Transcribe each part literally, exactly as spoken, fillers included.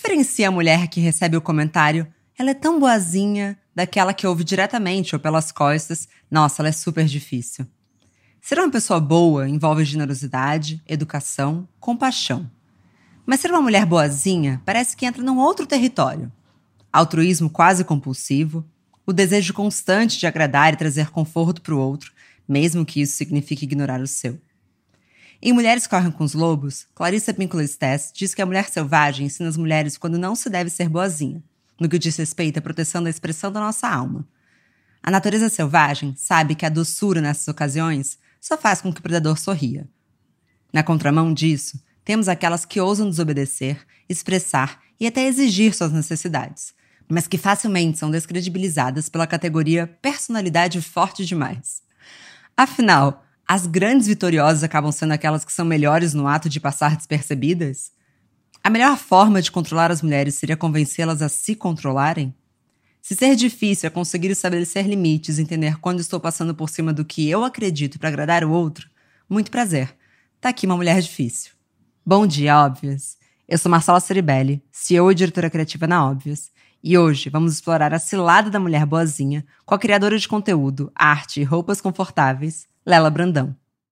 diferencia a mulher que recebe o comentário "ela é tão boazinha" daquela que ouve diretamente ou pelas costas "nossa, ela é super difícil"? Ser uma pessoa boa envolve generosidade, educação, compaixão. Mas ser uma mulher boazinha parece que entra num outro território. Altruísmo quase compulsivo, o desejo constante de agradar e trazer conforto para o outro, mesmo que isso signifique ignorar o seu. Em Mulheres Correm com os Lobos, Clarissa Pinkola Stess diz que a mulher selvagem ensina as mulheres quando não se deve ser boazinha, no que diz respeito à proteção da expressão da nossa alma. A natureza selvagem sabe que a doçura nessas ocasiões só faz com que o predador sorria. Na contramão disso, temos aquelas que ousam desobedecer, expressar e até exigir suas necessidades, mas que facilmente são descredibilizadas pela categoria personalidade forte demais. Afinal, as grandes vitoriosas acabam sendo aquelas que são melhores no ato de passar despercebidas? A melhor forma de controlar as mulheres seria convencê-las a se controlarem? Se ser difícil é conseguir estabelecer limites e entender quando estou passando por cima do que eu acredito para agradar o outro, muito prazer. Tá aqui uma mulher difícil. Bom dia, Óbvias! Eu sou Marcela Ceribelli, C E O e diretora criativa na Óbvias, e hoje vamos explorar a cilada da mulher boazinha com a criadora de conteúdo, arte e roupas confortáveis, Lela Brandão.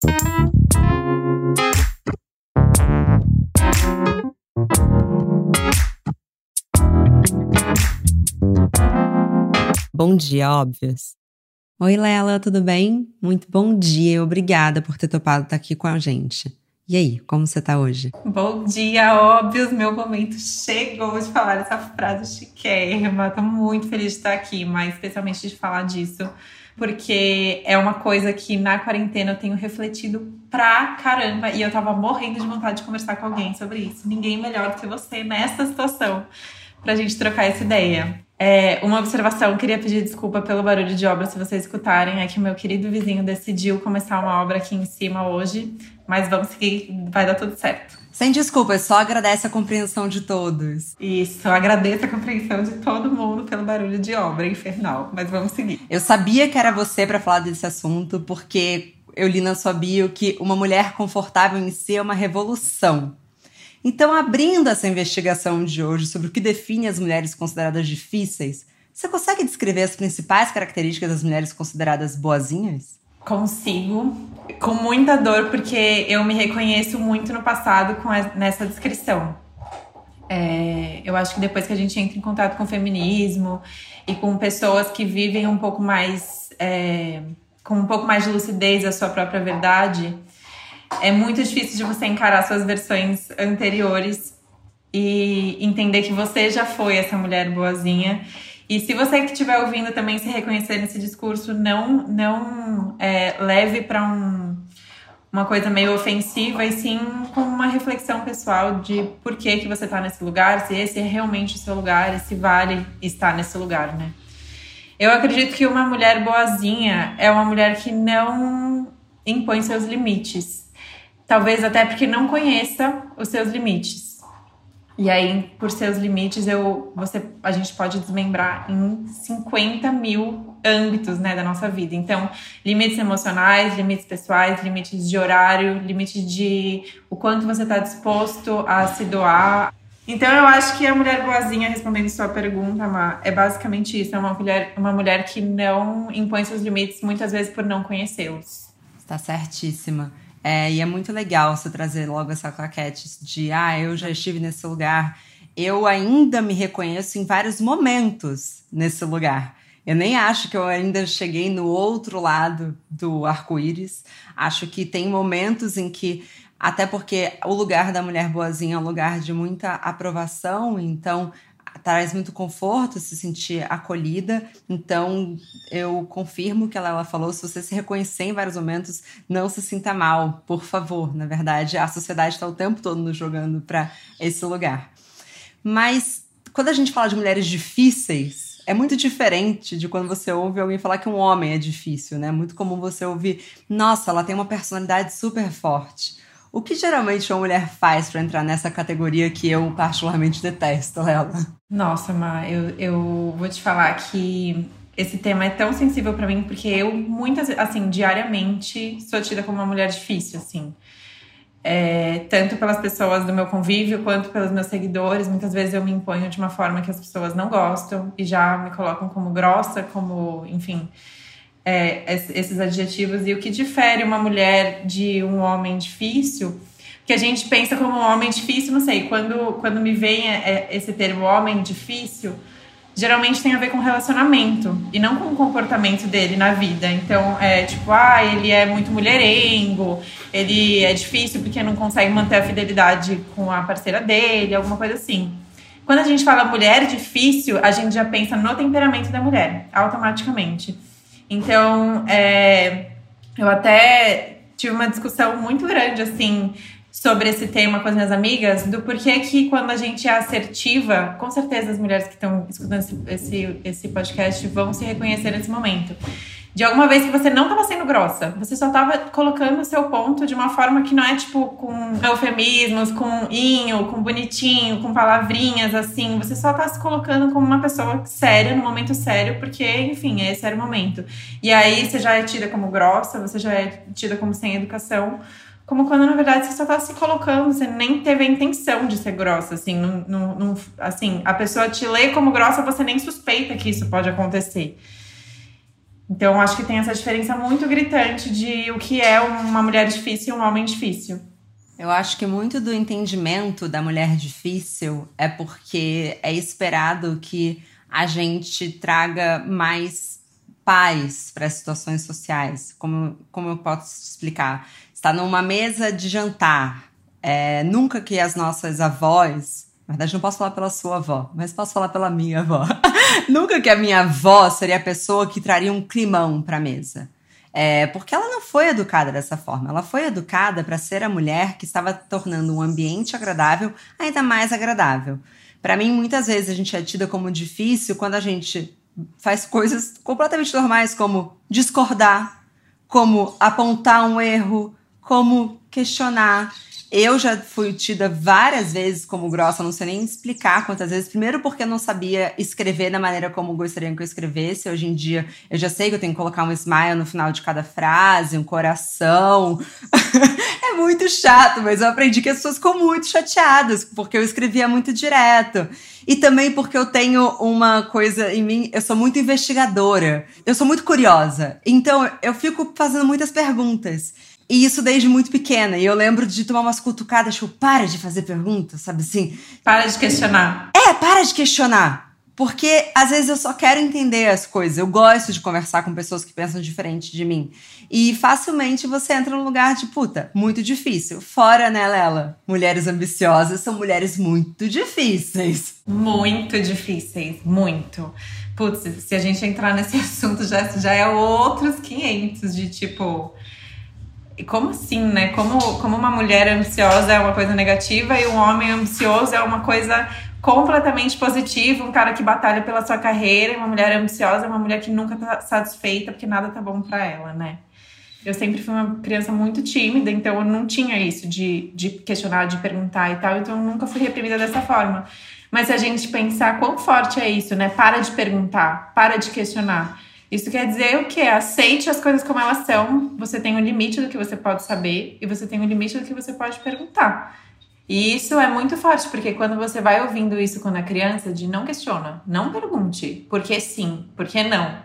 Bom dia, Óbvias! Oi, Lela, tudo bem? Muito bom dia e obrigada por ter topado estar aqui com a gente. E aí, como você tá hoje? Bom dia, Óbvios! Meu momento chegou de falar essa frase chiquérrima. Tô muito feliz de estar aqui, mas especialmente de falar disso, porque é uma coisa que na quarentena eu tenho refletido pra caramba e eu tava morrendo de vontade de conversar com alguém sobre isso. Ninguém melhor do que você nessa situação pra gente trocar essa ideia. É, uma observação, queria pedir desculpa pelo barulho de obra se vocês escutarem, é que o meu querido vizinho decidiu começar uma obra aqui em cima hoje, mas vamos seguir, vai dar tudo certo. Sem desculpas, só agradece a compreensão de todos. Isso, eu agradeço a compreensão de todo mundo pelo barulho de obra infernal, mas vamos seguir. Eu sabia que era você para falar desse assunto, porque eu li na sua bio que uma mulher confortável em si é uma revolução. Então, abrindo essa investigação de hoje sobre o que define as mulheres consideradas difíceis, você consegue descrever as principais características das mulheres consideradas boazinhas? Consigo, com muita dor, porque eu me reconheço muito no passado com a, nessa descrição. É, eu acho que depois que a gente entra em contato com o feminismo e com pessoas que vivem um pouco mais, é, com um pouco mais de lucidez a sua própria verdade, é muito difícil de você encarar suas versões anteriores e entender que você já foi essa mulher boazinha. E se você que estiver ouvindo também se reconhecer nesse discurso, não, não é, leve para um, uma coisa meio ofensiva, e sim com uma reflexão pessoal de por que, que você está nesse lugar, se esse é realmente o seu lugar e se vale estar nesse lugar, né? Eu acredito que uma mulher boazinha é uma mulher que não impõe seus limites. Talvez até porque não conheça os seus limites. E aí, por seus limites, eu, você, a gente pode desmembrar em cinquenta mil âmbitos, né, da nossa vida. Então, limites emocionais, limites pessoais, limites de horário, limites de o quanto você está disposto a se doar. Então, eu acho que a mulher boazinha, respondendo sua pergunta, Má, é basicamente isso. É uma mulher, uma mulher que não impõe seus limites, muitas vezes por não conhecê-los. Está certíssima. É, e é muito legal você trazer logo essa claquete de ah, eu já estive nesse lugar. Eu ainda me reconheço em vários momentos nesse lugar. Eu nem acho que eu ainda cheguei no outro lado do arco-íris. Acho que tem momentos em que, até porque o lugar da mulher boazinha é um lugar de muita aprovação, então traz muito conforto, se sentir acolhida. Então, eu confirmo o que ela falou. Se você se reconhecer em vários momentos, não se sinta mal, por favor. Na verdade, a sociedade está o tempo todo nos jogando para esse lugar. Mas, quando a gente fala de mulheres difíceis, é muito diferente de quando você ouve alguém falar que um homem é difícil, né? É muito comum você ouvir, nossa, ela tem uma personalidade super forte. O que geralmente uma mulher faz para entrar nessa categoria que eu particularmente detesto, Lela? Nossa, Má, eu, eu vou te falar que esse tema é tão sensível para mim, porque eu, muitas assim, diariamente, sou tida como uma mulher difícil, assim. É, tanto pelas pessoas do meu convívio quanto pelos meus seguidores. Muitas vezes eu me imponho de uma forma que as pessoas não gostam e já me colocam como grossa, como, enfim, é, esses adjetivos. E o que difere uma mulher de um homem difícil, que a gente pensa como um homem difícil, não sei, quando, quando me vem esse termo homem difícil, geralmente tem a ver com relacionamento e não com o comportamento dele na vida. Então, é tipo, ah, ele é muito mulherengo, ele é difícil porque não consegue manter a fidelidade com a parceira dele, alguma coisa assim. Quando a gente fala mulher difícil, a gente já pensa no temperamento da mulher, automaticamente. Então, é, eu até tive uma discussão muito grande, assim, sobre esse tema com as minhas amigas, do porquê que quando a gente é assertiva, com certeza as mulheres que estão escutando esse, esse, esse podcast vão se reconhecer nesse momento. De alguma vez que você não estava sendo grossa, você só estava colocando o seu ponto de uma forma que não é tipo com eufemismos, com inho, com bonitinho, com palavrinhas, assim. Você só está se colocando como uma pessoa séria, no momento sério, porque, enfim, esse era o momento. E aí você já é tida como grossa, você já é tida como sem educação, como quando, na verdade, você só tá se colocando, você nem teve a intenção de ser grossa, assim, não, não, não, assim, a pessoa te lê como grossa, você nem suspeita que isso pode acontecer. Então, acho que tem essa diferença muito gritante de o que é uma mulher difícil e um homem difícil. Eu acho que muito do entendimento da mulher difícil é porque é esperado que a gente traga mais paz para as situações sociais. Como, como eu posso explicar? Está numa mesa de jantar. É, nunca que as nossas avós... Na verdade, não posso falar pela sua avó, mas posso falar pela minha avó. Nunca que a minha avó seria a pessoa que traria um climão para a mesa. É, porque ela não foi educada dessa forma. Ela foi educada para ser a mulher que estava tornando um ambiente agradável ainda mais agradável. Para mim, muitas vezes a gente é tida como difícil quando a gente faz coisas completamente normais, como discordar, como apontar um erro, como questionar. Eu já fui tida várias vezes como grossa, não sei nem explicar quantas vezes. Primeiro porque eu não sabia escrever da maneira como gostariam que eu escrevesse. Hoje em dia eu já sei que eu tenho que colocar um smile no final de cada frase, um coração. É muito chato, mas eu aprendi que as pessoas ficam muito chateadas, porque eu escrevia muito direto. E também porque eu tenho uma coisa em mim, eu sou muito investigadora. Eu sou muito curiosa. Então eu fico fazendo muitas perguntas. E isso desde muito pequena. E eu lembro de tomar umas cutucadas, tipo, para de fazer perguntas, sabe assim? Para de questionar. É, para de questionar. Porque às vezes eu só quero entender as coisas. Eu gosto de conversar com pessoas que pensam diferente de mim. E facilmente você entra num lugar de, puta, muito difícil. Fora, né, Lela? Mulheres ambiciosas são mulheres muito difíceis. Muito difíceis, muito. Putz, se a gente entrar nesse assunto, já, já é outros quinhentos de, tipo... Como assim, né? Como, como uma mulher ambiciosa é uma coisa negativa e um homem ambicioso é uma coisa completamente positiva, um cara que batalha pela sua carreira, e uma mulher ambiciosa é uma mulher que nunca tá satisfeita porque nada tá bom pra ela, né? Eu sempre fui uma criança muito tímida, então eu não tinha isso de, de questionar, de perguntar e tal, então eu nunca fui reprimida dessa forma. Mas se a gente pensar quão forte é isso, né? Para de perguntar, para de questionar. Isso quer dizer o quê? Aceite as coisas como elas são. Você tem um limite do que você pode saber e você tem um limite do que você pode perguntar. E isso é muito forte, porque quando você vai ouvindo isso quando é criança, de não questiona, não pergunte, porque sim, porque não.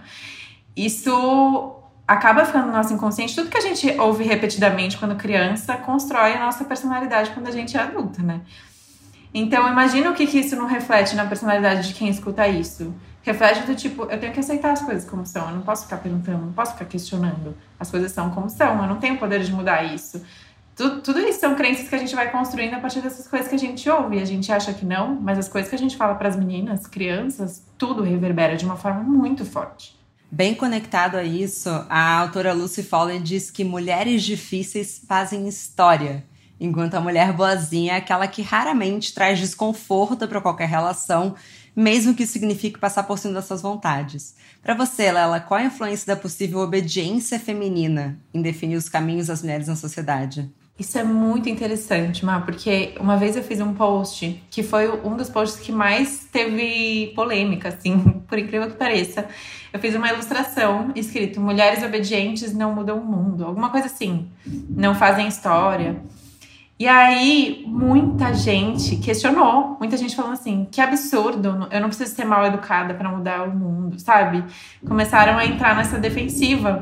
Isso acaba ficando no nosso inconsciente. Tudo que a gente ouve repetidamente quando criança constrói a nossa personalidade quando a gente é adulta, né? Então, imagina o que, que isso não reflete na personalidade de quem escuta isso. Reflete do tipo, eu tenho que aceitar as coisas como são, eu não posso ficar perguntando, não posso ficar questionando. As coisas são como são, eu não tenho poder de mudar isso. Tudo, tudo isso são crenças que a gente vai construindo a partir dessas coisas que a gente ouve. E a gente acha que não, mas as coisas que a gente fala para as meninas, crianças, tudo reverbera de uma forma muito forte. Bem conectado a isso, a autora Lucy Foley diz que mulheres difíceis fazem história, enquanto a mulher boazinha é aquela que raramente traz desconforto para qualquer relação, mesmo que isso signifique passar por cima das suas vontades. Para você, Lela, qual a influência da possível obediência feminina em definir os caminhos das mulheres na sociedade? Isso é muito interessante, Má, porque uma vez eu fiz um post que foi um dos posts que mais teve polêmica, assim, por incrível que pareça. Eu fiz uma ilustração escrito mulheres obedientes não mudam o mundo, alguma coisa assim, não fazem história. E aí, muita gente questionou, muita gente falando assim, que absurdo, eu não preciso ser mal educada para mudar o mundo, sabe? Começaram a entrar nessa defensiva.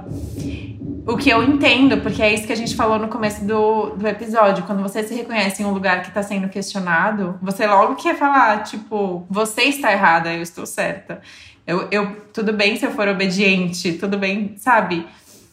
O que eu entendo, porque é isso que a gente falou no começo do, do episódio. Quando você se reconhece em um lugar que está sendo questionado, você logo quer falar, tipo, você está errada, eu estou certa. Eu, eu, tudo bem se eu for obediente, tudo bem, sabe?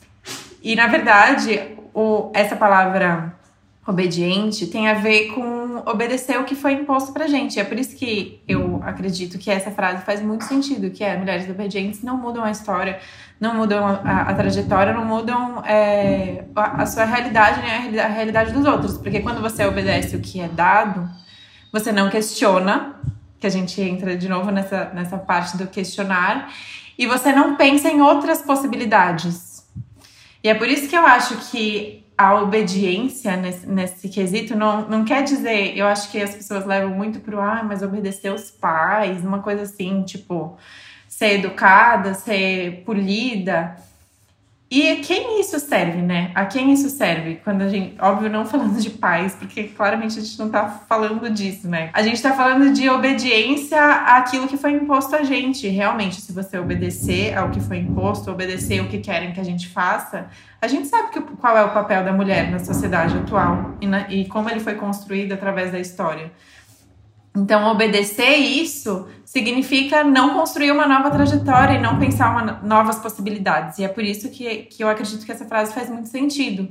E, na verdade, o, essa palavra obediente tem a ver com obedecer o que foi imposto pra gente. É por isso que eu acredito que essa frase faz muito sentido, que é mulheres obedientes não mudam a história, não mudam a, a, a trajetória, não mudam é, a, a sua realidade, nem a, a realidade dos outros. Porque quando você obedece o que é dado, você não questiona, que a gente entra de novo nessa, nessa parte do questionar, e você não pensa em outras possibilidades. E é por isso que eu acho que a obediência nesse, nesse quesito não, não quer dizer... Eu acho que as pessoas levam muito pro... Ah, mas obedecer os pais, uma coisa assim, tipo... Ser educada, ser polida. E a quem isso serve, né? A quem isso serve? Quando a gente... Óbvio, não falando de pais, porque claramente a gente não tá falando disso, né? A gente tá falando de obediência àquilo que foi imposto a gente. Realmente, se você obedecer ao que foi imposto, obedecer o que querem que a gente faça... A gente sabe que, qual é o papel da mulher na sociedade atual e, na, e como ele foi construído através da história. Então, obedecer isso significa não construir uma nova trajetória e não pensar uma, novas possibilidades. E é por isso que, que eu acredito que essa frase faz muito sentido.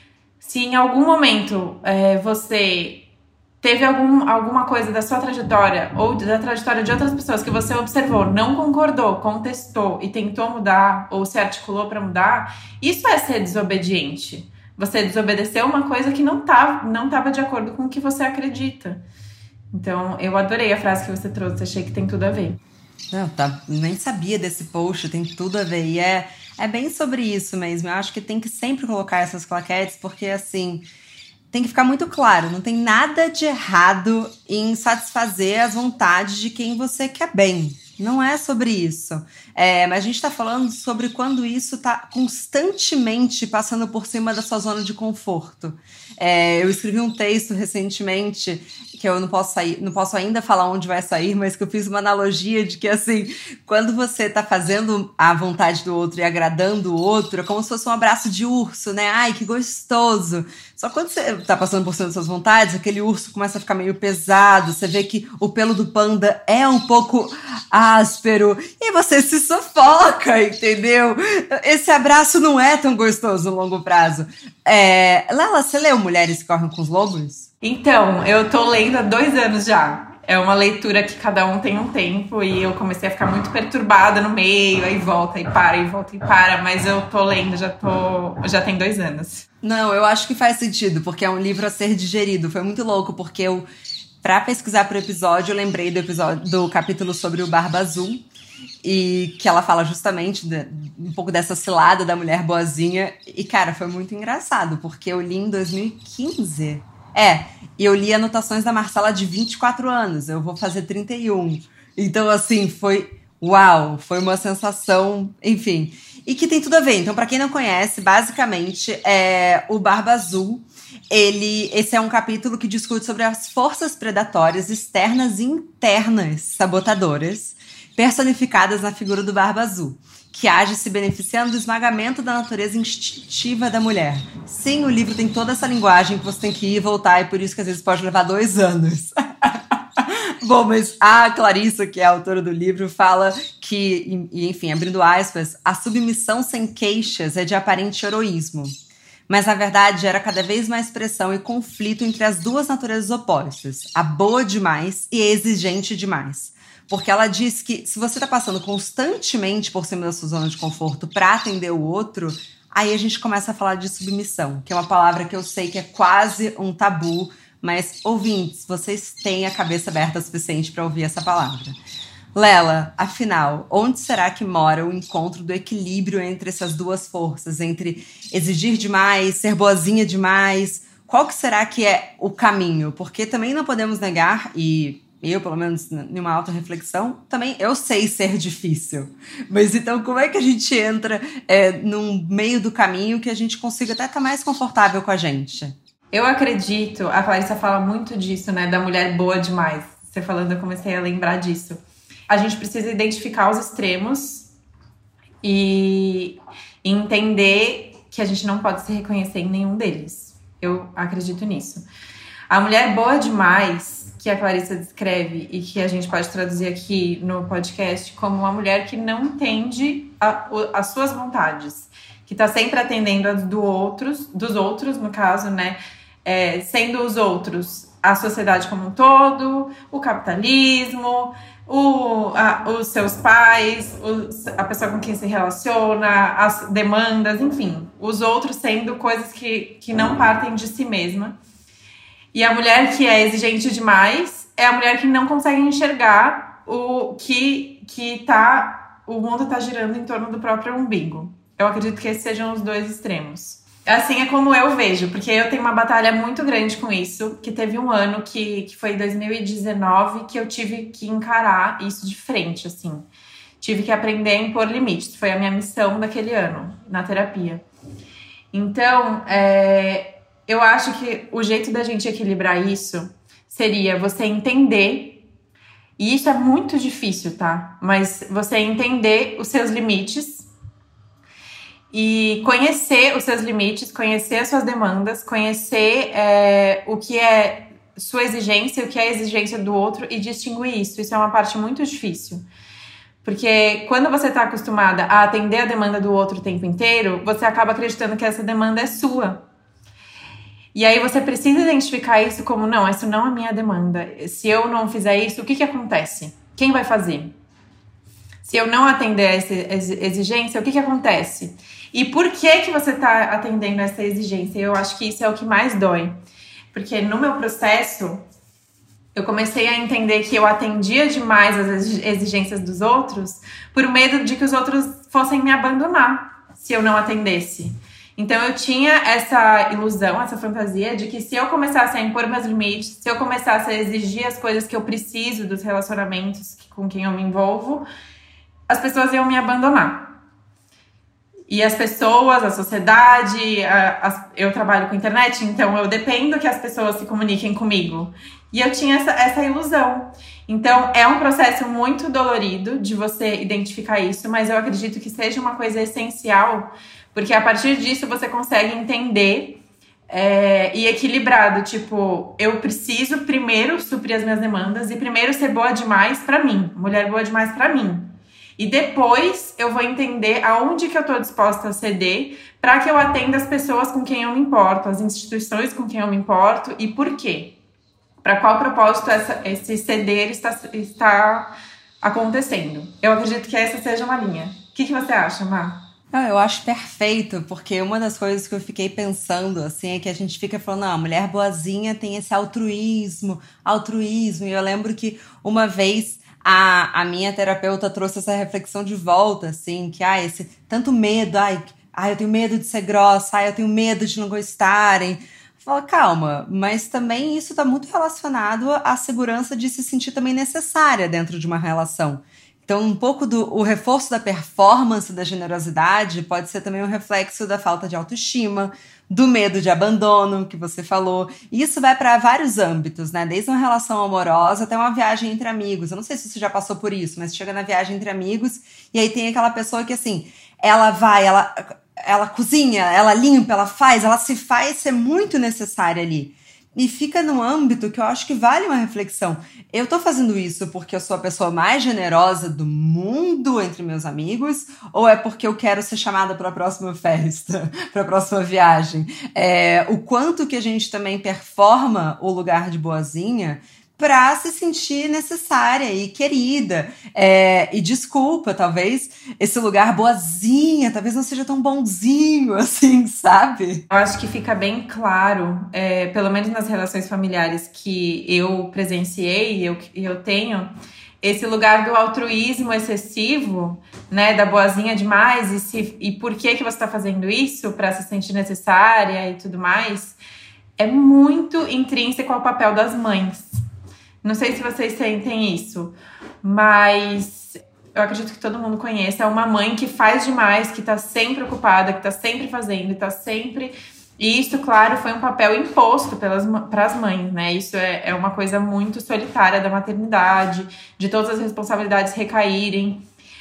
Se em algum momento é, você teve algum, alguma coisa da sua trajetória ou da trajetória de outras pessoas que você observou, não concordou, contestou e tentou mudar ou se articulou para mudar, isso é ser desobediente. Você desobedeceu uma coisa que não estava não tava de acordo com o que você acredita. Então, eu adorei a frase que você trouxe, achei que tem tudo a ver. Não, tá, nem sabia desse post, tem tudo a ver. E é, é bem sobre isso mesmo. Eu acho que tem que sempre colocar essas claquetes, porque assim... Tem que ficar muito claro, não tem nada de errado em satisfazer as vontades de quem você quer bem. Não é sobre isso. É, mas a gente está falando sobre quando isso está constantemente passando por cima da sua zona de conforto. É, eu escrevi um texto recentemente, que eu não posso, sair, não posso ainda falar onde vai sair, mas que eu fiz uma analogia de que, assim, quando você está fazendo a vontade do outro e agradando o outro, é como se fosse um abraço de urso, né? Ai, que gostoso! Só quando você está passando por cima das suas vontades, aquele urso começa a ficar meio pesado, você vê que o pelo do panda é um pouco áspero e você se sufoca, entendeu? Esse abraço não é tão gostoso no longo prazo. É... Lala, você leu Mulheres que Correm com os Lobos? Então, eu tô lendo há dois anos já. É uma leitura que cada um tem um tempo e eu comecei a ficar muito perturbada no meio, aí volta e para, e volta e para, mas eu tô lendo, já tô, já tem dois anos. Não, eu acho que faz sentido, porque é um livro a ser digerido. Foi muito louco, porque eu, pra pesquisar pro episódio, eu lembrei do episódio, do capítulo sobre o Barba Azul, e que ela fala justamente de, um pouco dessa cilada da mulher boazinha. E, cara, foi muito engraçado, porque eu li em dois mil e quinze. É, e eu li anotações da Marcela de vinte e quatro anos, eu vou fazer trinta e um. Então, assim, foi uau, foi uma sensação, enfim. E que tem tudo a ver. Então, pra quem não conhece, basicamente, é, o Barba Azul, ele, esse é um capítulo que discute sobre as forças predatórias externas e internas sabotadoras, personificadas na figura do Barba Azul, que age se beneficiando do esmagamento da natureza instintiva da mulher. Sim, o livro tem toda essa linguagem que você tem que ir e voltar, e por isso que às vezes pode levar dois anos. Bom, mas a Clarissa, que é a autora do livro, fala que, e, enfim, abrindo aspas, a submissão sem queixas é de aparente heroísmo. Mas, na verdade, gera cada vez mais pressão e conflito entre as duas naturezas opostas, a boa demais e a exigente demais. Porque ela diz que se você está passando constantemente por cima da sua zona de conforto para atender o outro, aí a gente começa a falar de submissão, que é uma palavra que eu sei que é quase um tabu, mas, ouvintes, vocês têm a cabeça aberta o suficiente para ouvir essa palavra. Lela, afinal, onde será que mora o encontro do equilíbrio entre essas duas forças? Entre exigir demais, ser boazinha demais? Qual que será que é o caminho? Porque também não podemos negar, e eu, pelo menos, em uma auto-reflexão, também eu sei ser difícil. Mas então, como é que a gente entra é, num meio do caminho que a gente consiga até estar mais confortável com a gente? Eu acredito, a Clarissa fala muito disso, né? Da mulher boa demais. Você falando, eu comecei a lembrar disso. A gente precisa identificar os extremos e entender que a gente não pode se reconhecer em nenhum deles. Eu acredito nisso. A mulher boa demais, que a Clarissa descreve e que a gente pode traduzir aqui no podcast como uma mulher que não entende a, as suas vontades, que está sempre atendendo as do outros, dos outros, no caso, né? É, sendo os outros a sociedade como um todo, o capitalismo, o, a, os seus pais, os, a pessoa com quem se relaciona, as demandas, enfim, os outros sendo coisas que, que não partem de si mesma. E a mulher que é exigente demais é a mulher que não consegue enxergar o que, que tá, o mundo tá girando em torno do próprio umbigo. Eu acredito que esses sejam os dois extremos. Assim é como eu vejo, porque eu tenho uma batalha muito grande com isso, que teve um ano, que, que foi dois mil e dezenove, que eu tive que encarar isso de frente, assim. Tive que aprender a impor limites, foi a minha missão daquele ano, na terapia. Então, é, eu acho que o jeito da gente equilibrar isso seria você entender, e isso é muito difícil, tá? Mas você entender os seus limites, e conhecer os seus limites, conhecer as suas demandas, conhecer é, o que é sua exigência e o que é a exigência do outro e distinguir isso. Isso é uma parte muito difícil. Porque quando você está acostumada a atender a demanda do outro o tempo inteiro, você acaba acreditando que essa demanda é sua. E aí você precisa identificar isso como, não, essa não é a minha demanda. Se eu não fizer isso, o que que acontece? Quem vai fazer? Se eu não atender a essa exigência, o que que acontece? E por que que você está atendendo essa exigência? Eu acho que isso é o que mais dói. Porque no meu processo, eu comecei a entender que eu atendia demais as exigências dos outros por medo de que os outros fossem me abandonar se eu não atendesse. Então eu tinha essa ilusão, essa fantasia de que se eu começasse a impor meus limites, se eu começasse a exigir as coisas que eu preciso dos relacionamentos com quem eu me envolvo, as pessoas iam me abandonar. E as pessoas, a sociedade, a, a, eu trabalho com internet, então eu dependo que as pessoas se comuniquem comigo. E eu tinha essa, essa ilusão. Então é um processo muito dolorido de você identificar isso, mas eu acredito que seja uma coisa essencial, porque a partir disso você consegue entender é, e equilibrado. Tipo, eu preciso primeiro suprir as minhas demandas e primeiro ser boa demais pra mim, mulher boa demais pra mim. E depois eu vou entender aonde que eu tô disposta a ceder para que eu atenda as pessoas com quem eu me importo, as instituições com quem eu me importo e por quê. Para qual propósito essa, esse ceder está, está acontecendo. Eu acredito que essa seja uma linha. O que, que você acha, Má? Não, eu acho perfeito, porque uma das coisas que eu fiquei pensando, assim, é que a gente fica falando, não, a mulher boazinha tem esse altruísmo, altruísmo, e eu lembro que uma vez a, a minha terapeuta trouxe essa reflexão de volta, assim, que, ah, esse tanto medo, ai, ai, eu tenho medo de ser grossa, ai, eu tenho medo de não gostarem. Fala, calma, mas também isso está muito relacionado à segurança de se sentir também necessária dentro de uma relação. Então, um pouco do o reforço da performance, da generosidade, pode ser também um reflexo da falta de autoestima, do medo de abandono, que você falou. E isso vai para vários âmbitos, né? Desde uma relação amorosa até uma viagem entre amigos. Eu não sei se você já passou por isso, mas chega na viagem entre amigos e aí tem aquela pessoa que, assim, ela vai, ela, ela cozinha, ela limpa, ela faz, ela se faz ser muito necessária ali. E fica num âmbito que eu acho que vale uma reflexão. Eu tô fazendo isso porque eu sou a pessoa mais generosa do mundo entre meus amigos? Ou é porque eu quero ser chamada para a próxima festa, para a próxima viagem? É, o quanto que a gente também performa o lugar de boazinha para se sentir necessária e querida. É, e desculpa, talvez esse lugar boazinha, talvez não seja tão bonzinho assim, sabe? Eu acho que fica bem claro, é, pelo menos nas relações familiares que eu presenciei e eu, eu tenho, esse lugar do altruísmo excessivo, né, da boazinha demais, e, se, e por que que você está fazendo isso para se sentir necessária e tudo mais, é muito intrínseco ao papel das mães. Não sei se vocês sentem isso, mas eu acredito que todo mundo conhece. É uma mãe que faz demais, que tá sempre ocupada, que tá sempre fazendo, tá sempre E isso, claro, foi um papel imposto pelas para as mães, né? Isso é, é uma coisa muito solitária da maternidade, de todas as responsabilidades recaírem.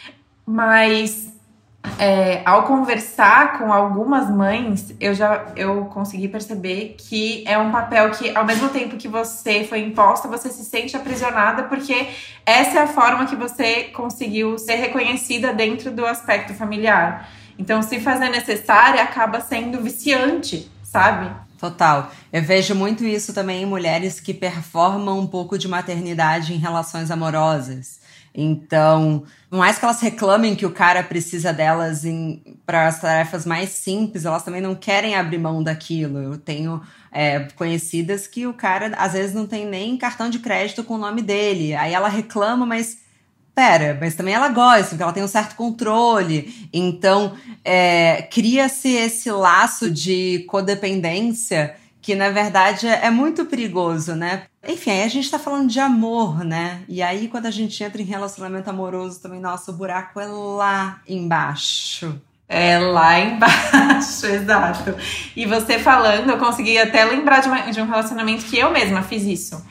Mas é, ao conversar com algumas mães, eu já eu consegui perceber que é um papel que, ao mesmo tempo que você foi imposta, você se sente aprisionada, porque essa é a forma que você conseguiu ser reconhecida dentro do aspecto familiar. Então, se fazer necessária, acaba sendo viciante, sabe? Total. Eu vejo muito isso também em mulheres que performam um pouco de maternidade em relações amorosas. Então, por mais que elas reclamem que o cara precisa delas para as tarefas mais simples, elas também não querem abrir mão daquilo. Eu tenho é, conhecidas que o cara, às vezes, não tem nem cartão de crédito com o nome dele. Aí ela reclama, mas... Pera, mas também ela gosta, porque ela tem um certo controle. Então, é, cria-se esse laço de codependência que, na verdade, é muito perigoso, né? Enfim, aí a gente tá falando de amor, né? E aí, quando a gente entra em relacionamento amoroso, também, nossa, o buraco é lá embaixo. É lá embaixo, exato. E você falando, eu consegui até lembrar de, uma, de um relacionamento que eu mesma fiz isso.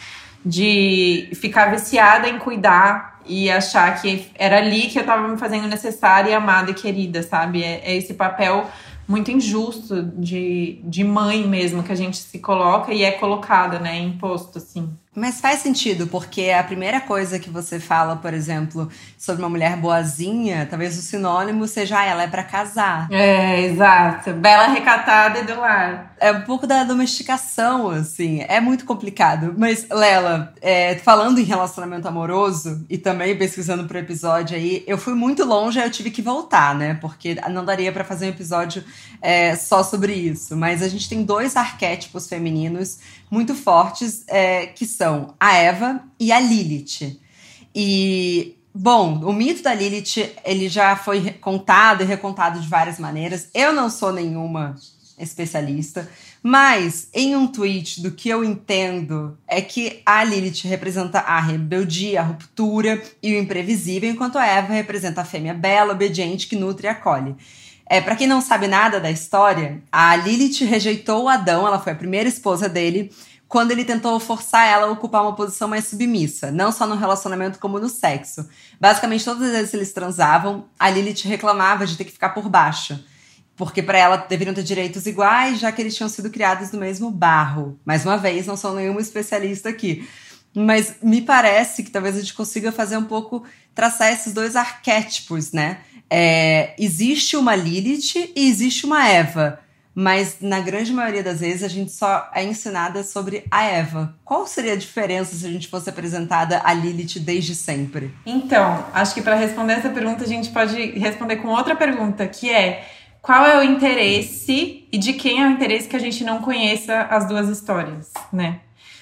De ficar viciada em cuidar e achar que era ali que eu tava me fazendo necessária, amada e querida, sabe? É, é esse papel muito injusto de, de mãe mesmo que a gente se coloca e é colocada, né? Imposto, assim. Mas faz sentido, porque a primeira coisa que você fala, por exemplo, sobre uma mulher boazinha, talvez o sinônimo seja, ah, ela é pra casar. É, exato. Bela, recatada e do lar. É um pouco da domesticação, assim. É muito complicado. Mas, Lela, é, falando em relacionamento amoroso e também pesquisando pro episódio aí, eu fui muito longe, aí eu tive que voltar, né? Porque não daria pra fazer um episódio é, só sobre isso. Mas a gente tem dois arquétipos femininos muito fortes, é, que são a Eva e a Lilith. E, bom, o mito da Lilith, ele já foi contado e recontado de várias maneiras. Eu não sou nenhuma especialista, mas em um tweet do que eu entendo é que a Lilith representa a rebeldia, a ruptura e o imprevisível, enquanto a Eva representa a fêmea bela, obediente, que nutre e acolhe. É, para quem não sabe nada da história, a Lilith rejeitou o Adão, ela foi a primeira esposa dele, quando ele tentou forçar ela a ocupar uma posição mais submissa, não só no relacionamento como no sexo. Basicamente, todas as vezes que eles transavam, a Lilith reclamava de ter que ficar por baixo, porque para ela deveriam ter direitos iguais, já que eles tinham sido criados do mesmo barro. Mais uma vez, não sou nenhuma especialista aqui. Mas me parece que talvez a gente consiga fazer um pouco, traçar esses dois arquétipos, né? É, existe uma Lilith e existe uma Eva, mas na grande maioria das vezes a gente só é ensinada sobre a Eva. Qual seria a diferença se a gente fosse apresentada a Lilith desde sempre? Então, acho que para responder essa pergunta a gente pode responder com outra pergunta, que é: qual é o interesse e de quem é o interesse que a gente não conheça as duas histórias, né?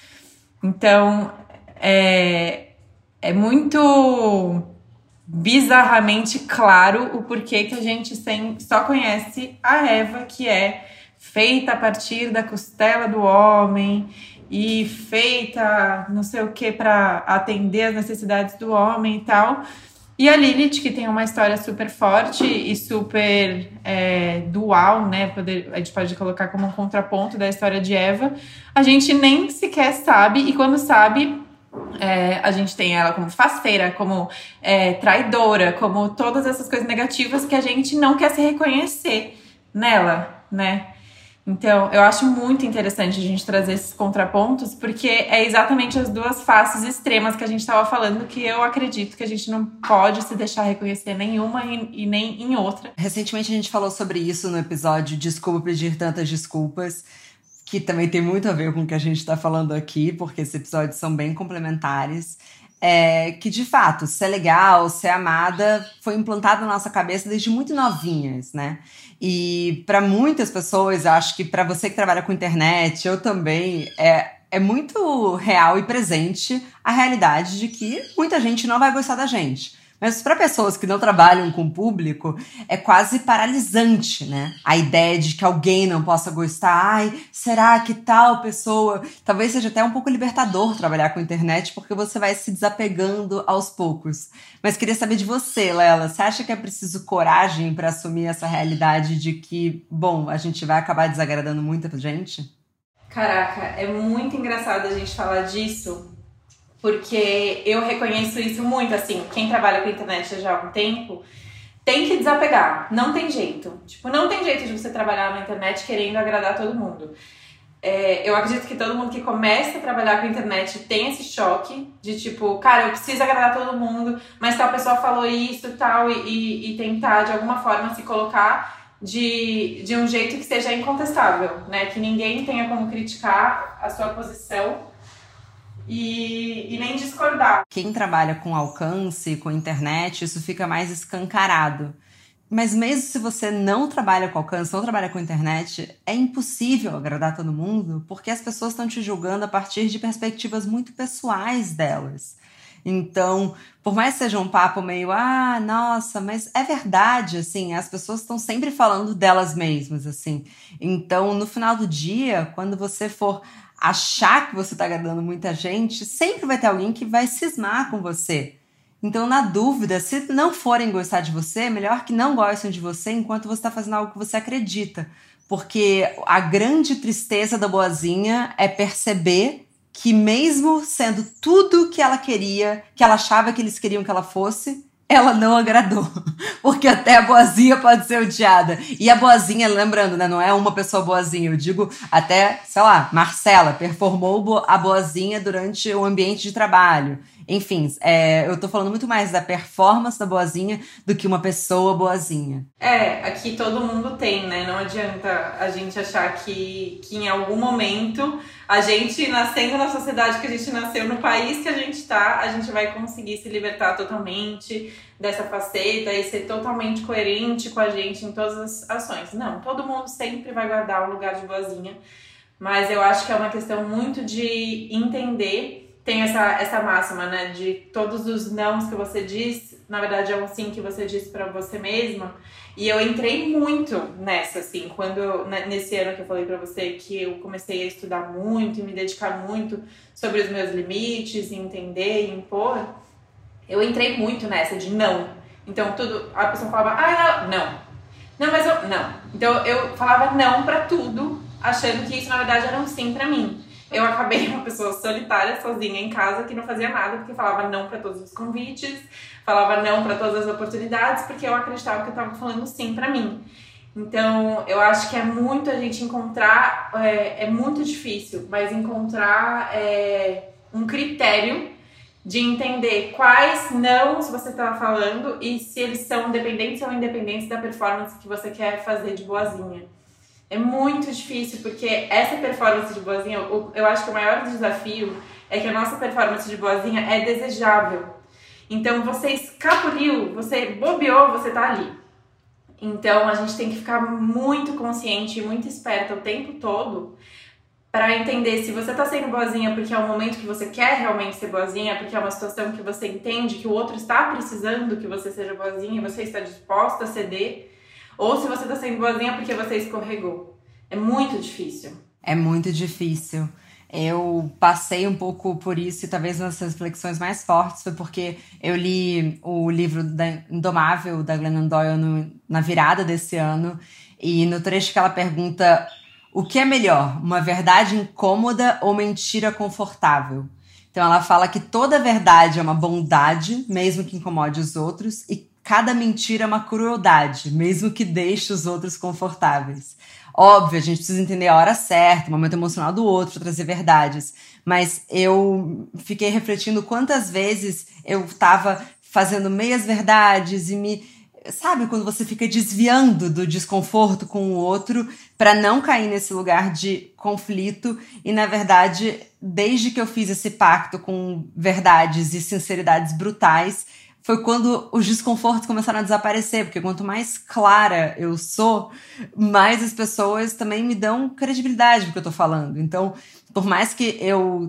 Então, é, é muito bizarramente claro o porquê que a gente sem, só conhece a Eva, que é feita a partir da costela do homem e feita não sei o que para atender as necessidades do homem e tal. E a Lilith, que tem uma história super forte e super é, dual, né? Poder, a gente pode colocar como um contraponto da história de Eva. A gente nem sequer sabe, e quando sabe, é, a gente tem ela como faceira, como é, traidora, como todas essas coisas negativas que a gente não quer se reconhecer nela, né? Então, eu acho muito interessante a gente trazer esses contrapontos, porque é exatamente as duas faces extremas que a gente estava falando, que eu acredito que a gente não pode se deixar reconhecer nenhuma e, e nem em outra. Recentemente a gente falou sobre isso no episódio Desculpa Pedir Tantas Desculpas, que também tem muito a ver com o que a gente está falando aqui, porque esses episódios são bem complementares. É, que, de fato, ser legal, ser amada, foi implantado na nossa cabeça desde muito novinhas, né? E para muitas pessoas, acho que para você que trabalha com internet, eu também, é, é muito real e presente a realidade de que muita gente não vai gostar da gente. Mas para pessoas que não trabalham com o público, é quase paralisante, né? A ideia de que alguém não possa gostar. Ai, será que tal pessoa... Talvez seja até um pouco libertador trabalhar com internet, porque você vai se desapegando aos poucos. Mas queria saber de você, Lela. Você acha que é preciso coragem para assumir essa realidade de que, bom, a gente vai acabar desagradando muita gente? Caraca, é muito engraçado a gente falar disso, porque eu reconheço isso muito, assim, quem trabalha com internet já há um tempo tem que desapegar, não tem jeito. Tipo, não tem jeito de você trabalhar na internet querendo agradar todo mundo. É, eu acredito que todo mundo que começa a trabalhar com internet tem esse choque de tipo, cara, eu preciso agradar todo mundo, mas tal pessoa falou isso e tal, e, e tentar de alguma forma se colocar de, de um jeito que seja incontestável, né? Que ninguém tenha como criticar a sua posição. E, e nem discordar. Quem trabalha com alcance, com internet, isso fica mais escancarado. Mas mesmo se você não trabalha com alcance, não trabalha com internet, é impossível agradar todo mundo, porque as pessoas estão te julgando a partir de perspectivas muito pessoais delas. Então, por mais que seja um papo meio, ah, nossa, mas é verdade, assim, as pessoas estão sempre falando delas mesmas, assim. Então, no final do dia, quando você for achar que você está agradando muita gente, sempre vai ter alguém que vai cismar com você. Então, na dúvida, se não forem gostar de você, é melhor que não gostem de você enquanto você está fazendo algo que você acredita. Porque a grande tristeza da boazinha é perceber que mesmo sendo tudo que ela queria, que ela achava que eles queriam que ela fosse, ela não agradou. Porque até a boazinha pode ser odiada. E a boazinha, lembrando, né, não é uma pessoa boazinha, eu digo até, sei lá, Marcela performou a boazinha durante o ambiente de trabalho. Enfim, é, eu tô falando muito mais da performance da boazinha do que uma pessoa boazinha. É, aqui todo mundo tem, né? Não adianta a gente achar que, que em algum momento a gente, nascendo na sociedade que a gente nasceu, no país que a gente tá, a gente vai conseguir se libertar totalmente dessa faceta e ser totalmente coerente com a gente em todas as ações. Não, todo mundo sempre vai guardar um lugar de boazinha, mas eu acho que é uma questão muito de entender. Tem essa, essa máxima, né, de todos os nãos que você diz, na verdade é um sim que você diz pra você mesma. E eu entrei muito nessa, assim, quando, nesse ano que eu falei pra você que eu comecei a estudar muito e me dedicar muito sobre os meus limites, e entender e impor, eu entrei muito nessa de não. Então, tudo, a pessoa falava, ah, não, não. Não, mas eu, não. Então, eu falava não pra tudo, achando que isso, na verdade, era um sim pra mim. Eu acabei uma pessoa solitária, sozinha em casa, que não fazia nada, porque falava não para todos os convites, falava não para todas as oportunidades, porque eu acreditava que eu estava falando sim para mim. Então, eu acho que é muito a gente encontrar, é, é muito difícil, mas encontrar é, um critério de entender quais não você está falando e se eles são dependentes ou independentes da performance que você quer fazer de boazinha. É muito difícil, porque essa performance de boazinha, eu acho que o maior desafio é que a nossa performance de boazinha é desejável. Então, você escapuliu, você bobeou, você tá ali. Então, a gente tem que ficar muito consciente e muito esperta o tempo todo para entender se você tá sendo boazinha porque é o momento que você quer realmente ser boazinha, porque é uma situação que você entende que o outro está precisando que você seja boazinha e você está disposta a ceder, ou se você tá sendo boazinha porque você escorregou. É muito difícil. É muito difícil. Eu passei um pouco por isso e talvez uma das reflexões mais fortes foi porque eu li o livro da Indomável, da Glennon Doyle, no, na virada desse ano, e no trecho que ela pergunta o que é melhor, uma verdade incômoda ou mentira confortável? Então ela fala que toda verdade é uma bondade, mesmo que incomode os outros, e cada mentira é uma crueldade, mesmo que deixe os outros confortáveis. Óbvio, a gente precisa entender a hora certa, o momento emocional do outro para trazer verdades. Mas eu fiquei refletindo quantas vezes eu estava fazendo meias verdades e me... Sabe, quando você fica desviando do desconforto com o outro para não cair nesse lugar de conflito. E, na verdade, desde que eu fiz esse pacto com verdades e sinceridades brutais, foi quando os desconfortos começaram a desaparecer, porque quanto mais clara eu sou, mais as pessoas também me dão credibilidade do que eu tô falando. Então, por mais que eu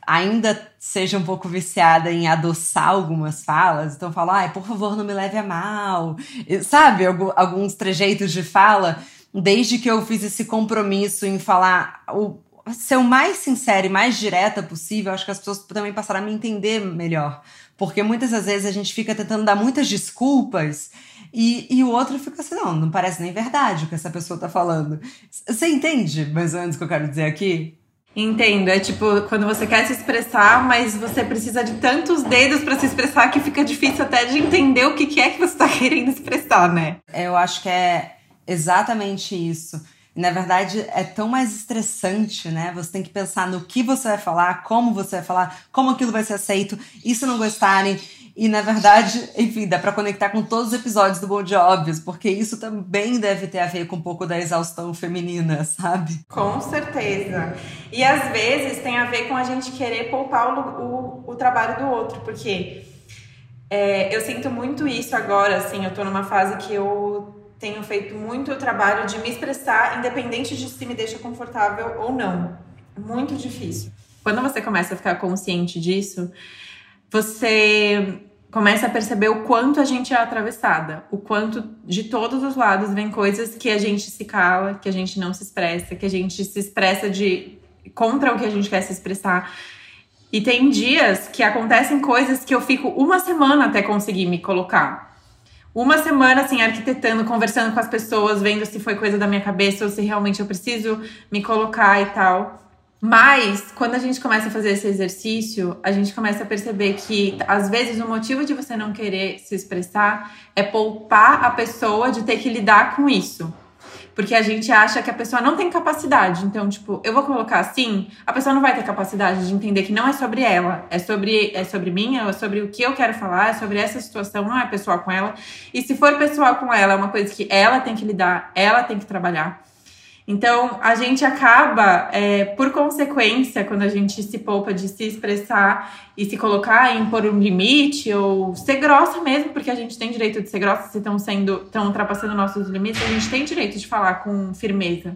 ainda seja um pouco viciada em adoçar algumas falas, então fala, ai, por favor, não me leve a mal, sabe, alguns trejeitos de fala, desde que eu fiz esse compromisso em falar, o, ser o mais sincera e mais direta possível, acho que as pessoas também passaram a me entender melhor, porque muitas das vezes a gente fica tentando dar muitas desculpas e, e o outro fica assim, não, não parece nem verdade o que essa pessoa tá falando. Você entende mais ou menos o que eu quero dizer aqui? Entendo, é tipo quando você quer se expressar, mas você precisa de tantos dedos pra se expressar que fica difícil até de entender o que que é que você tá querendo expressar, né? Eu acho que é exatamente isso. E, na verdade, é tão mais estressante, né? Você tem que pensar no que você vai falar, como você vai falar, como aquilo vai ser aceito, e se não gostarem. E, na verdade, enfim, dá pra conectar com todos os episódios do Bom Dia Óbvios, porque isso também deve ter a ver com um pouco da exaustão feminina, sabe? Com certeza. E, às vezes, tem a ver com a gente querer poupar o, o, o trabalho do outro, porque é, eu sinto muito isso agora, assim, eu tô numa fase que eu tenho feito muito o trabalho de me expressar, independente de se me deixa confortável ou não. Muito difícil. Quando você começa a ficar consciente disso, você começa a perceber o quanto a gente é atravessada, o quanto de todos os lados vem coisas que a gente se cala, que a gente não se expressa, que a gente se expressa de contra o que a gente quer se expressar. E tem dias que acontecem coisas que eu fico uma semana até conseguir me colocar. Uma semana, assim, arquitetando, conversando com as pessoas, vendo se foi coisa da minha cabeça ou se realmente eu preciso me colocar e tal. Mas, quando a gente começa a fazer esse exercício, a gente começa a perceber que, às vezes, o motivo de você não querer se expressar é poupar a pessoa de ter que lidar com isso. Porque a gente acha que a pessoa não tem capacidade. Então, tipo, eu vou colocar assim, a pessoa não vai ter capacidade de entender que não é sobre ela. É sobre, é sobre mim, é sobre o que eu quero falar, é sobre essa situação, não é pessoal com ela. E se for pessoal com ela, é uma coisa que ela tem que lidar, ela tem que trabalhar. Então, a gente acaba, é, por consequência, quando a gente se poupa de se expressar e se colocar em pôr um limite ou ser grossa mesmo, porque a gente tem direito de ser grossa, se estão sendo, estão ultrapassando nossos limites, a gente tem direito de falar com firmeza.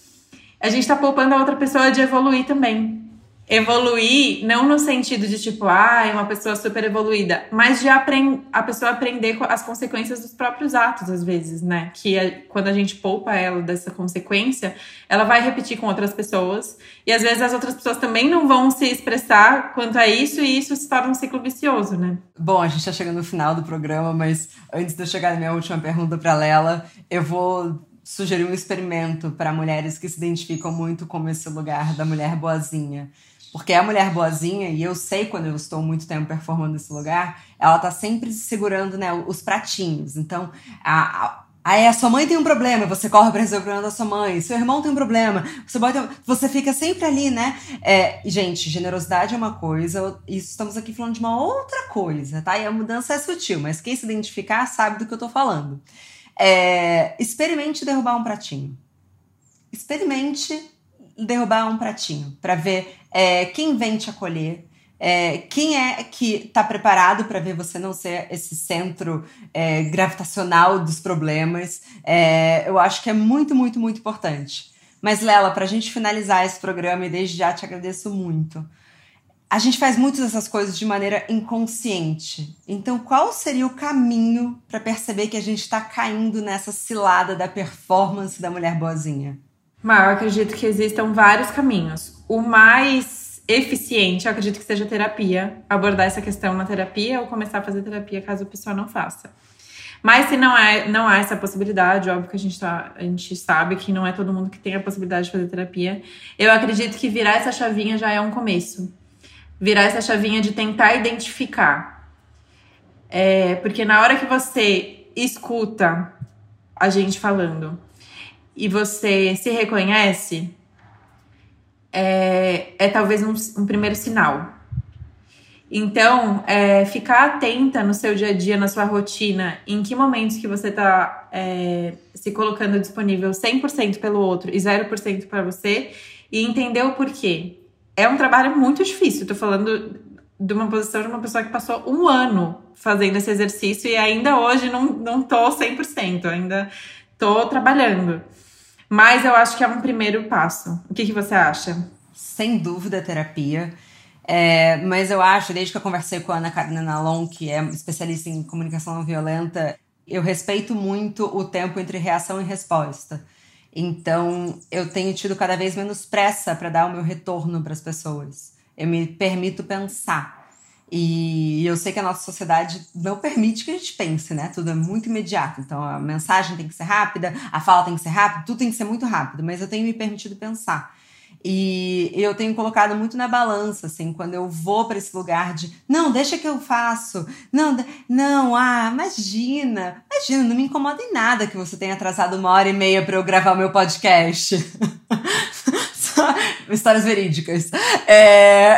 A gente tá poupando a outra pessoa de evoluir também. Evoluir, não no sentido de tipo, ah, é uma pessoa super evoluída, mas de aprend- a pessoa aprender as consequências dos próprios atos, às vezes, né? Que é, quando a gente poupa ela dessa consequência, ela vai repetir com outras pessoas, e às vezes as outras pessoas também não vão se expressar quanto a isso, e isso se torna um ciclo vicioso, né? Bom, a gente tá chegando no final do programa, mas antes de eu chegar na minha última pergunta pra Lela, eu vou sugerir um experimento para mulheres que se identificam muito com esse lugar da mulher boazinha. Porque a mulher boazinha, e eu sei quando eu estou muito tempo performando nesse lugar, ela tá sempre segurando, né, os pratinhos. Então, a, a, aí a sua mãe tem um problema, você corre para resolver o problema da sua mãe. Seu irmão tem um problema, você, bota, você fica sempre ali, né? É, gente, generosidade é uma coisa, e estamos aqui falando de uma outra coisa, tá? E a mudança é sutil, mas quem se identificar sabe do que eu tô falando. É, experimente derrubar um pratinho. Experimente derrubar um pratinho para ver é, quem vem te acolher, é, quem é que tá preparado para ver você não ser esse centro é, gravitacional dos problemas. É, eu acho que é muito, muito, muito importante. Mas, Lela, pra gente finalizar esse programa, e desde já te agradeço muito, a gente faz muitas dessas coisas de maneira inconsciente. Então, qual seria o caminho para perceber que a gente tá caindo nessa cilada da performance da mulher boazinha? Mas eu acredito que existam vários caminhos. O mais eficiente, eu acredito que seja terapia. Abordar essa questão na terapia ou começar a fazer terapia caso a pessoa não faça. Mas se não, é, não há essa possibilidade, óbvio que a gente, tá, a gente sabe que não é todo mundo que tem a possibilidade de fazer terapia. Eu acredito que virar essa chavinha já é um começo. Virar essa chavinha de tentar identificar. É, porque na hora que você escuta a gente falando e você se reconhece, é, é talvez um, um primeiro sinal. Então, é, ficar atenta no seu dia a dia, na sua rotina, em que momentos que você está é, se colocando disponível cem por cento pelo outro e zero por cento para você, e entender o porquê. É um trabalho muito difícil. Estou falando de uma posição de uma pessoa que passou um ano fazendo esse exercício e ainda hoje não, não tô cem por cento, ainda tô trabalhando. Mas eu acho que é um primeiro passo. O que, que você acha? Sem dúvida, terapia. É, mas eu acho, desde que eu conversei com a Ana Karina Nalon, que é especialista em comunicação não violenta, eu respeito muito o tempo entre reação e resposta. Então, eu tenho tido cada vez menos pressa para dar o meu retorno para as pessoas. Eu me permito pensar. E eu sei que a nossa sociedade não permite que a gente pense, né? Tudo é muito imediato. Então, a mensagem tem que ser rápida, a fala tem que ser rápida, tudo tem que ser muito rápido. Mas eu tenho me permitido pensar. E eu tenho colocado muito na balança, assim, quando eu vou para esse lugar de não, deixa que eu faço, não, não, ah, imagina, imagina, não me incomoda em nada que você tenha atrasado uma hora e meia para eu gravar o meu podcast. Histórias verídicas. É...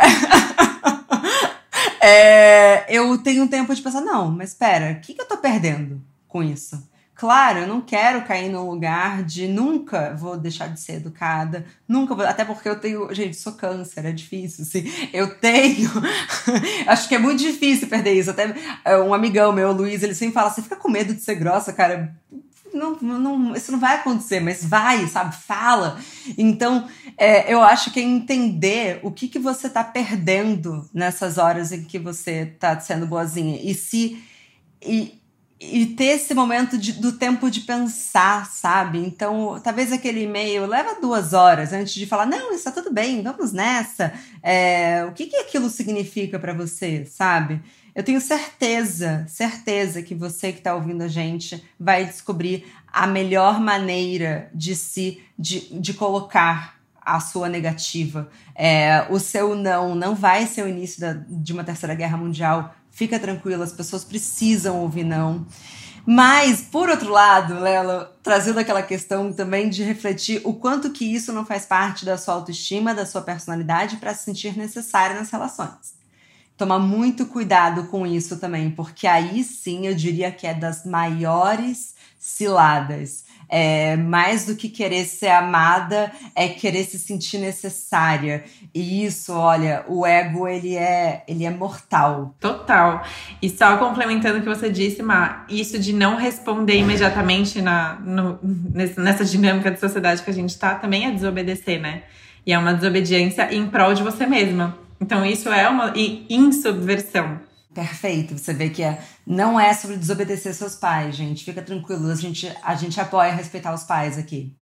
é... Eu tenho um tempo de pensar, não, mas espera, o que, que eu tô perdendo com isso? Claro, eu não quero cair num lugar de nunca vou deixar de ser educada, nunca vou, até porque eu tenho, gente, sou câncer, é difícil, assim, eu tenho, acho que é muito difícil perder isso, até um amigão meu, o Luiz, ele sempre fala, você fica com medo de ser grossa, cara, não, não, isso não vai acontecer, mas vai, sabe, fala. Então, é, eu acho que é entender o que, que você tá perdendo nessas horas em que você tá sendo boazinha, e se... E, E ter esse momento de, do tempo de pensar, sabe? Então, talvez aquele e-mail leva duas horas antes de falar, não, está tudo bem, vamos nessa. É, o que, que aquilo significa para você, sabe? Eu tenho certeza, certeza que você que está ouvindo a gente vai descobrir a melhor maneira de se, de, de colocar a sua negativa. É, o seu não não vai ser o início da, de uma terceira guerra mundial. Fica tranquila, as pessoas precisam ouvir não. Mas, por outro lado, Lela, trazendo aquela questão também de refletir o quanto que isso não faz parte da sua autoestima, da sua personalidade para se sentir necessária nas relações. Tomar muito cuidado com isso também, porque aí sim eu diria que é das maiores ciladas. É, mais do que querer ser amada, é querer se sentir necessária. E isso, olha, o ego, ele é, ele é mortal. Total. E só complementando o que você disse, Má, isso de não responder imediatamente na, no, nessa dinâmica de sociedade que a gente tá, também é desobedecer, né? E é uma desobediência em prol de você mesma. Então isso é uma insubversão. Perfeito, você vê que é, não é sobre desobedecer seus pais, gente. Fica tranquilo, a gente, a gente apoia respeitar os pais aqui.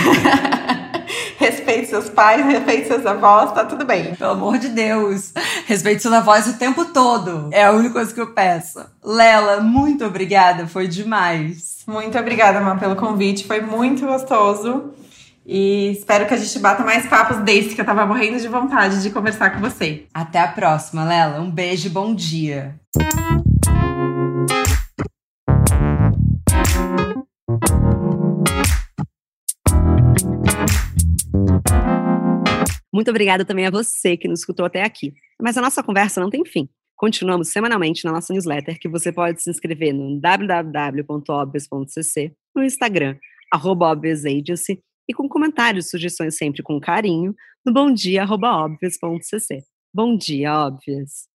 Respeite seus pais, respeite seus avós, tá tudo bem. Pelo amor de Deus, respeite seus avós o tempo todo. É a única coisa que eu peço. Lela, muito obrigada, foi demais. Muito obrigada, Má, pelo convite, foi muito gostoso. E espero que a gente bata mais papos desse, que eu tava morrendo de vontade de conversar com você. Até a próxima, Lela. Um beijo e bom dia. Muito obrigada também a você que nos escutou até aqui. Mas a nossa conversa não tem fim. Continuamos semanalmente na nossa newsletter, que você pode se inscrever no w w w ponto obvious ponto c c, no Instagram, arroba obvious agency, e com comentários e sugestões sempre com carinho, no bomdia arroba obvious ponto c c. Bom dia, Obvious!